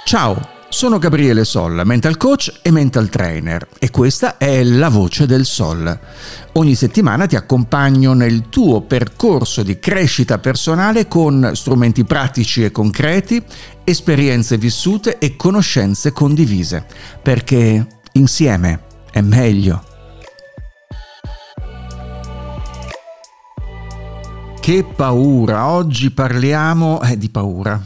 Ciao, sono Gabriele Solla, mental coach e mental trainer, e questa è La Voce del Sol. Ogni settimana ti accompagno nel tuo percorso di crescita personale con strumenti pratici e concreti, esperienze vissute e conoscenze condivise, perché insieme è meglio. Che paura! Oggi parliamo di paura.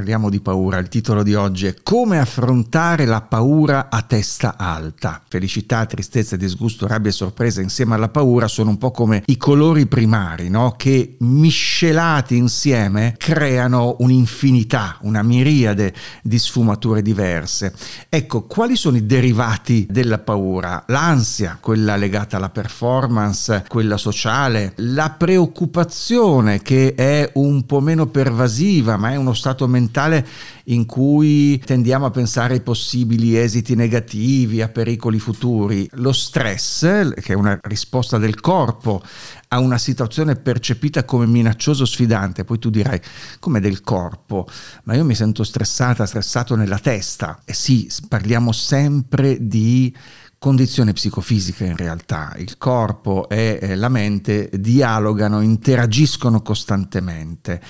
Il titolo di oggi è Come affrontare la paura a testa alta. Felicità, tristezza, disgusto, rabbia e sorpresa insieme alla paura sono un po' come i colori primari, no? Che miscelati insieme creano un'infinità, una miriade di sfumature diverse. Ecco, quali sono i derivati della paura? L'ansia, quella legata alla performance, quella sociale, la preoccupazione, che è un po' meno pervasiva, ma è uno stato mentale in cui tendiamo a pensare ai possibili esiti negativi, a pericoli futuri. Lo stress, che è una risposta del corpo a una situazione percepita come minacciosa o sfidante. Poi tu dirai, come del corpo? Ma io mi sento stressato nella testa. E sì, parliamo sempre di condizione psicofisica in realtà. Il corpo e la mente dialogano, interagiscono costantemente.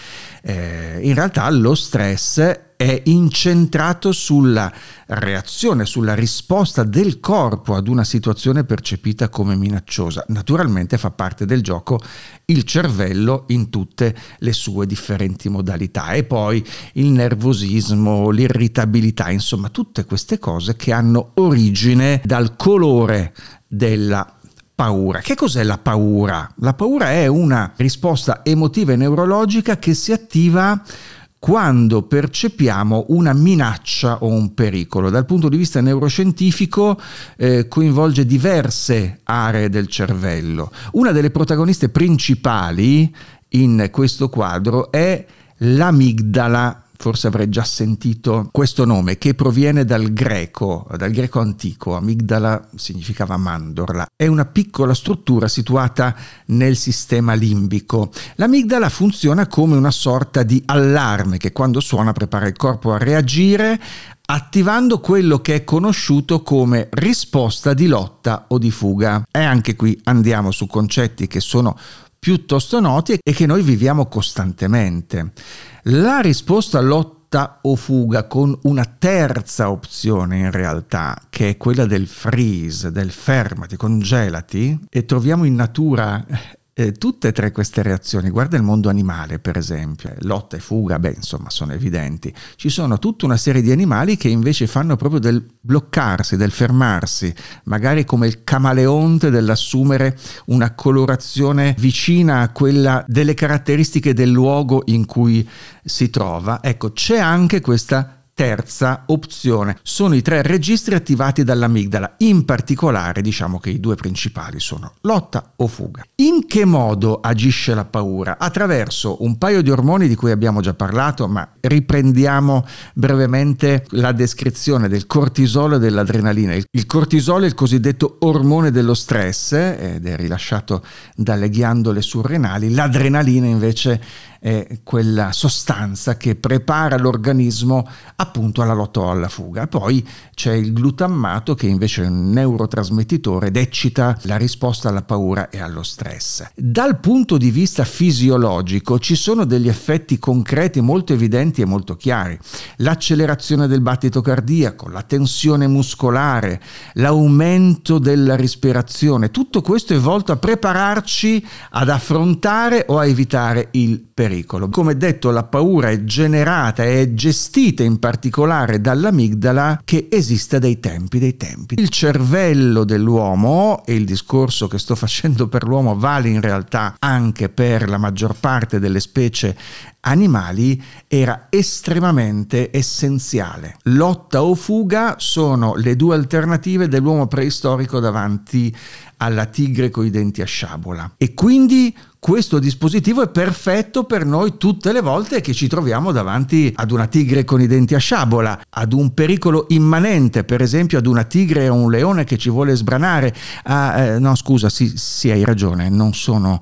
In realtà lo stress è incentrato sulla reazione, sulla risposta del corpo ad una situazione percepita come minacciosa. Naturalmente fa parte del gioco il cervello in tutte le sue differenti modalità, e poi il nervosismo, l'irritabilità, insomma tutte queste cose che hanno origine dal colore della paura. Che cos'è la paura? La paura è una risposta emotiva e neurologica che si attiva quando percepiamo una minaccia o un pericolo. Dal punto di vista neuroscientifico coinvolge diverse aree del cervello. Una delle protagoniste principali in questo quadro è l'amigdala. Forse avrei già sentito questo nome, che proviene dal greco antico. Amigdala significava mandorla. È una piccola struttura situata nel sistema limbico. L'amigdala funziona come una sorta di allarme che quando suona prepara il corpo a reagire, attivando quello che è conosciuto come risposta di lotta o di fuga. E anche qui andiamo su concetti che sono piuttosto noti e che noi viviamo costantemente. La risposta lotta o fuga, con una terza opzione in realtà, che è quella del freeze, del fermati, congelati, e troviamo in natura tutte e tre queste reazioni. Guarda il mondo animale, per esempio, lotta e fuga, insomma sono evidenti. Ci sono tutta una serie di animali che invece fanno proprio del bloccarsi, del fermarsi, magari come il camaleonte, dell'assumere una colorazione vicina a quella delle caratteristiche del luogo in cui si trova. Ecco, c'è anche questa terza opzione. Sono i tre registri attivati dall'amigdala. In particolare, diciamo che i due principali sono lotta o fuga. In che modo agisce la paura? Attraverso un paio di ormoni di cui abbiamo già parlato, ma riprendiamo brevemente la descrizione del cortisolo e dell'adrenalina. Il cortisolo è il cosiddetto ormone dello stress ed è rilasciato dalle ghiandole surrenali. L'adrenalina invece è quella sostanza che prepara l'organismo appunto alla lotta o alla fuga. Poi c'è il glutammato, che invece è un neurotrasmettitore ed eccita la risposta alla paura e allo stress. Dal punto di vista fisiologico ci sono degli effetti concreti molto evidenti e molto chiari: l'accelerazione del battito cardiaco, la tensione muscolare, l'aumento della respirazione. Tutto questo è volto a prepararci ad affrontare o a evitare il pericolo. Come detto, la paura è generata e gestita in particolare dall'amigdala, che esiste dai tempi dei tempi. Il cervello dell'uomo, e il discorso che sto facendo per l'uomo vale in realtà anche per la maggior parte delle specie animali, era estremamente essenziale. Lotta o fuga sono le due alternative dell'uomo preistorico davanti alla tigre coi denti a sciabola, e quindi questo dispositivo è perfetto per noi tutte le volte che ci troviamo davanti ad una tigre con i denti a sciabola, ad un pericolo immanente, per esempio ad una tigre o un leone che ci vuole sbranare. No, scusa, sì, hai ragione, non sono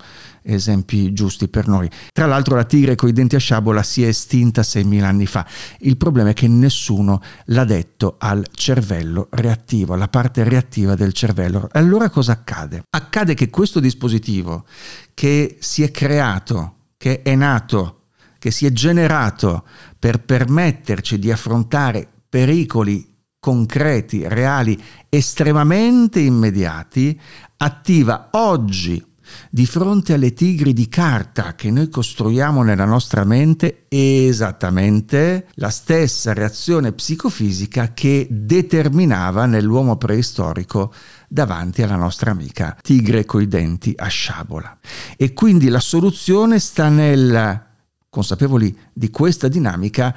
esempi giusti per noi. Tra l'altro la tigre coi denti a sciabola si è estinta 6.000 anni fa. Il problema è che nessuno l'ha detto al cervello reattivo, alla parte reattiva del cervello. Allora cosa accade? Accade che questo dispositivo che si è creato, che è nato, che si è generato per permetterci di affrontare pericoli concreti, reali, estremamente immediati, attiva oggi di fronte alle tigri di carta che noi costruiamo nella nostra mente esattamente la stessa reazione psicofisica che determinava nell'uomo preistorico davanti alla nostra amica tigre coi denti a sciabola. E quindi la soluzione sta nel, consapevoli di questa dinamica,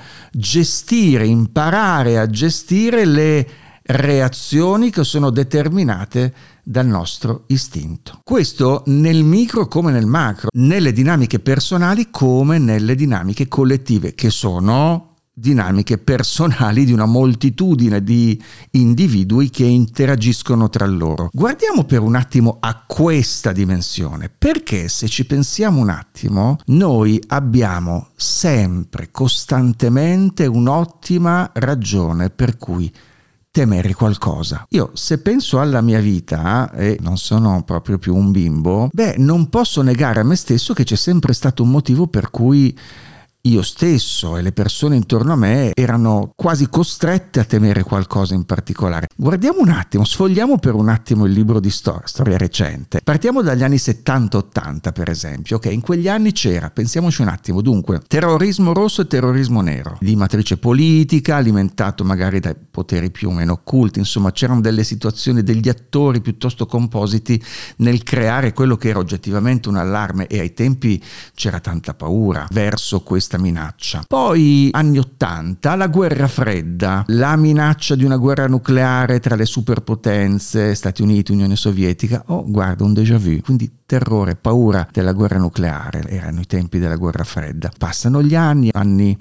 imparare a gestire le reazioni che sono determinate dal nostro istinto. Questo nel micro come nel macro, nelle dinamiche personali come nelle dinamiche collettive, che sono dinamiche personali di una moltitudine di individui che interagiscono tra loro. Guardiamo per un attimo a questa dimensione, perché se ci pensiamo un attimo, noi abbiamo sempre, costantemente un'ottima ragione per cui temere qualcosa. Io, se penso alla mia vita e non sono proprio più un bimbo, non posso negare a me stesso che c'è sempre stato un motivo per cui io stesso e le persone intorno a me erano quasi costrette a temere qualcosa in particolare. Guardiamo un attimo, sfogliamo per un attimo il libro di storia recente. Partiamo dagli anni 70-80 per esempio, ok? In quegli anni c'era, pensiamoci un attimo, dunque, terrorismo rosso e terrorismo nero, di matrice politica, alimentato magari dai poteri più o meno occulti, insomma c'erano delle situazioni, degli attori piuttosto compositi nel creare quello che era oggettivamente un allarme, e ai tempi c'era tanta paura verso questa minaccia. Poi anni 80, la guerra fredda, la minaccia di una guerra nucleare tra le superpotenze, Stati Uniti, Unione Sovietica. Oh, guarda, un déjà vu. Quindi terrore, paura della guerra nucleare, erano i tempi della guerra fredda. Passano gli anni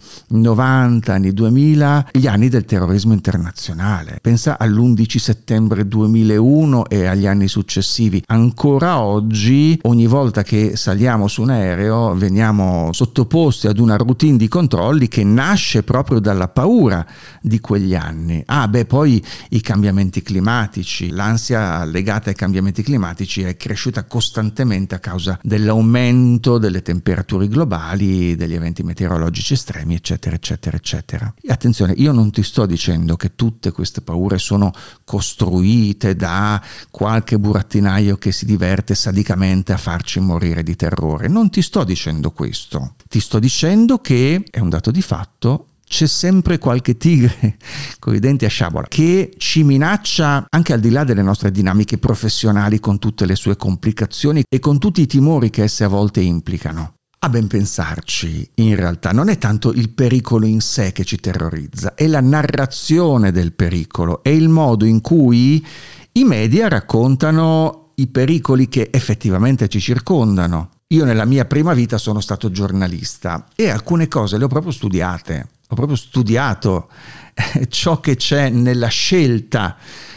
90, anni 2000, gli anni del terrorismo internazionale. Pensa all'11 settembre 2001 e agli anni successivi. Ancora oggi, ogni volta che saliamo su un aereo, veniamo sottoposti ad una routine di controlli che nasce proprio dalla paura di quegli anni. Poi i cambiamenti climatici, l'ansia legata ai cambiamenti climatici è cresciuta costantemente a causa dell'aumento delle temperature globali, degli eventi meteorologici estremi, eccetera, eccetera, eccetera. E attenzione, io non ti sto dicendo che tutte queste paure sono costruite da qualche burattinaio che si diverte sadicamente a farci morire di terrore. Non ti sto dicendo questo. Ti sto dicendo che è un dato di fatto. C'è sempre qualche tigre con i denti a sciabola che ci minaccia anche al di là delle nostre dinamiche professionali, con tutte le sue complicazioni e con tutti i timori che esse a volte implicano. A ben pensarci, in realtà non è tanto il pericolo in sé che ci terrorizza, è la narrazione del pericolo, è il modo in cui i media raccontano i pericoli che effettivamente ci circondano. Io nella mia prima vita sono stato giornalista e alcune cose le ho proprio studiate. Ho proprio studiato ciò che c'è nella scelta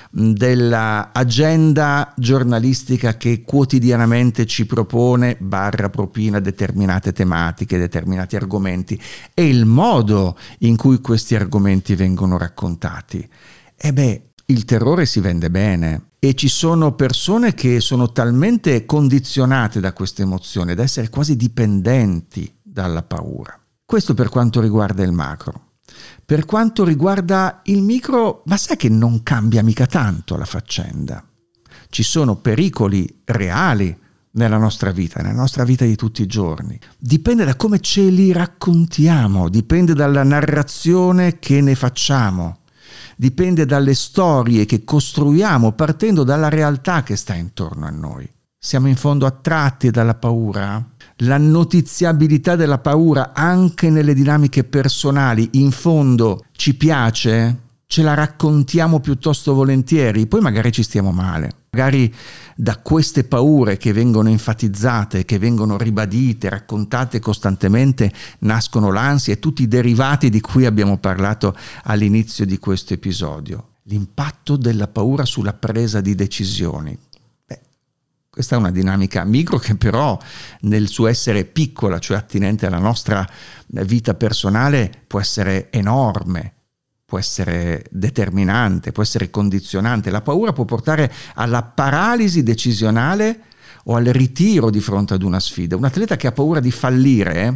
dell'agenda giornalistica che quotidianamente ci propone propina determinate tematiche, determinati argomenti, e il modo in cui questi argomenti vengono raccontati. Il terrore si vende bene e ci sono persone che sono talmente condizionate da questa emozione da essere quasi dipendenti dalla paura. Questo per quanto riguarda il macro. Per quanto riguarda il micro, ma sai che non cambia mica tanto la faccenda. Ci sono pericoli reali nella nostra vita di tutti i giorni. Dipende da come ce li raccontiamo, dipende dalla narrazione che ne facciamo, dipende dalle storie che costruiamo partendo dalla realtà che sta intorno a noi. Siamo in fondo attratti dalla paura? La notiziabilità della paura anche nelle dinamiche personali in fondo ci piace? Ce la raccontiamo piuttosto volentieri? Poi magari ci stiamo male. Magari da queste paure che vengono enfatizzate, che vengono ribadite, raccontate costantemente, nascono l'ansia e tutti i derivati di cui abbiamo parlato all'inizio di questo episodio. L'impatto della paura sulla presa di decisioni. Questa è una dinamica micro che però nel suo essere piccola, cioè attinente alla nostra vita personale, può essere enorme, può essere determinante, può essere condizionante. La paura può portare alla paralisi decisionale o al ritiro di fronte ad una sfida. Un atleta che ha paura di fallire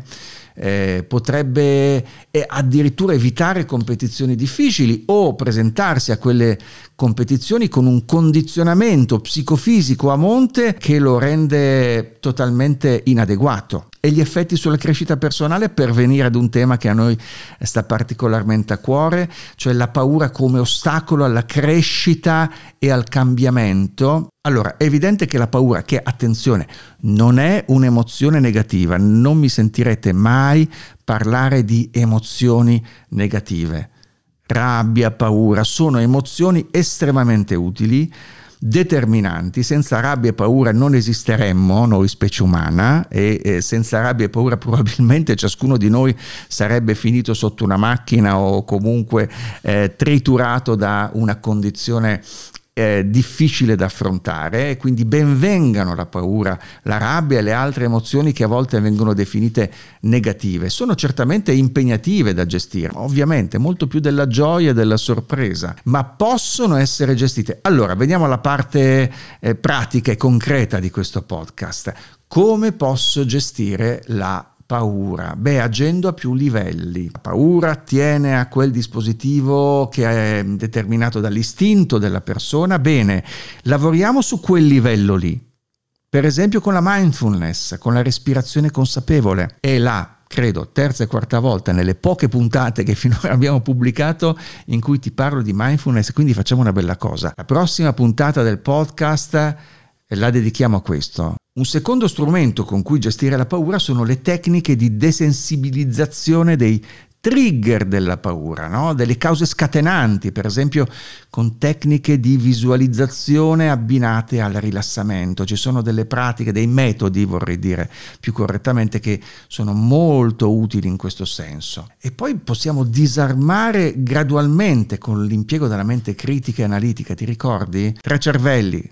potrebbe addirittura evitare competizioni difficili o presentarsi a quelle competizioni con un condizionamento psicofisico a monte che lo rende totalmente inadeguato. E gli effetti sulla crescita personale, per venire ad un tema che a noi sta particolarmente a cuore, cioè la paura come ostacolo alla crescita e al cambiamento. Allora, è evidente che la paura, che attenzione, non è un'emozione negativa, non mi sentirete mai parlare di emozioni negative. Rabbia, paura sono emozioni estremamente utili, determinanti. Senza rabbia e paura non esisteremmo noi specie umana e senza rabbia e paura probabilmente ciascuno di noi sarebbe finito sotto una macchina o comunque triturato da una condizione difficile da affrontare. Quindi ben vengano la paura, la rabbia e le altre emozioni che a volte vengono definite negative. Sono certamente impegnative da gestire, ovviamente molto più della gioia e della sorpresa, ma possono essere gestite. Allora, veniamo alla parte pratica e concreta di questo podcast. Come posso gestire la paura? Agendo a più livelli. La paura attiene a quel dispositivo che è determinato dall'istinto della persona. Bene, lavoriamo su quel livello lì. Per esempio con la mindfulness, con la respirazione consapevole. E la credo terza e quarta volta nelle poche puntate che finora abbiamo pubblicato in cui ti parlo di mindfulness, quindi facciamo una bella cosa. La prossima puntata del podcast la dedichiamo a questo. Un secondo strumento con cui gestire la paura sono le tecniche di desensibilizzazione dei trigger della paura, no? Delle cause scatenanti, per esempio con tecniche di visualizzazione abbinate al rilassamento. Ci sono delle pratiche, dei metodi, vorrei dire più correttamente, che sono molto utili in questo senso. E poi possiamo disarmare gradualmente con l'impiego della mente critica e analitica. Ti ricordi? 3 cervelli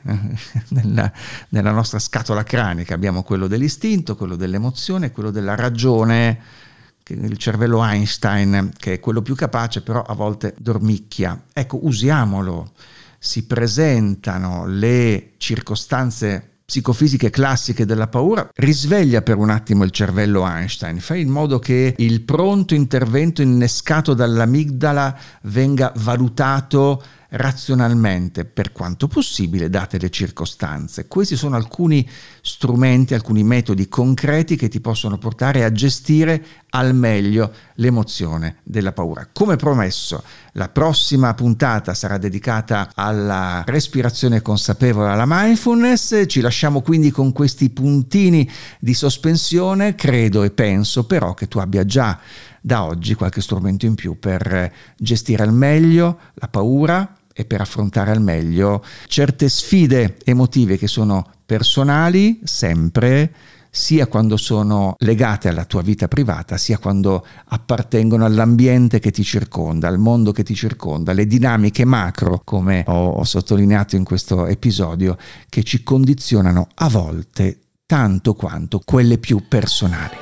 nella nostra scatola cranica. Abbiamo quello dell'istinto, quello dell'emozione e quello della ragione, il cervello Einstein, che è quello più capace, però a volte dormicchia. Ecco, usiamolo. Si presentano le circostanze psicofisiche classiche della paura, risveglia per un attimo il cervello Einstein, fai in modo che il pronto intervento innescato dall'amigdala venga valutato razionalmente per quanto possibile date le circostanze. Questi sono alcuni strumenti, alcuni metodi concreti che ti possono portare a gestire al meglio l'emozione della paura. Come promesso, la prossima puntata sarà dedicata alla respirazione consapevole, alla mindfulness. Ci lasciamo quindi con questi puntini di sospensione. Credo e penso però che tu abbia già da oggi qualche strumento in più per gestire al meglio la paura e per affrontare al meglio certe sfide emotive che sono personali sempre, sia quando sono legate alla tua vita privata, sia quando appartengono all'ambiente che ti circonda, al mondo che ti circonda, le dinamiche macro, come ho sottolineato in questo episodio, che ci condizionano a volte tanto quanto quelle più personali.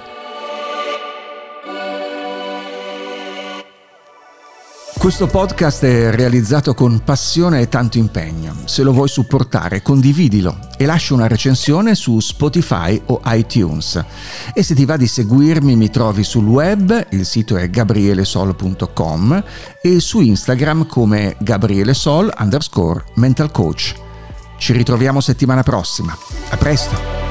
Questo podcast è realizzato con passione e tanto impegno. Se lo vuoi supportare, condividilo e lascia una recensione su Spotify o iTunes. E se ti va di seguirmi, mi trovi sul web, il sito è gabrielesol.com, e su Instagram come gabrielesol_mental coach. Ci ritroviamo settimana prossima. A presto!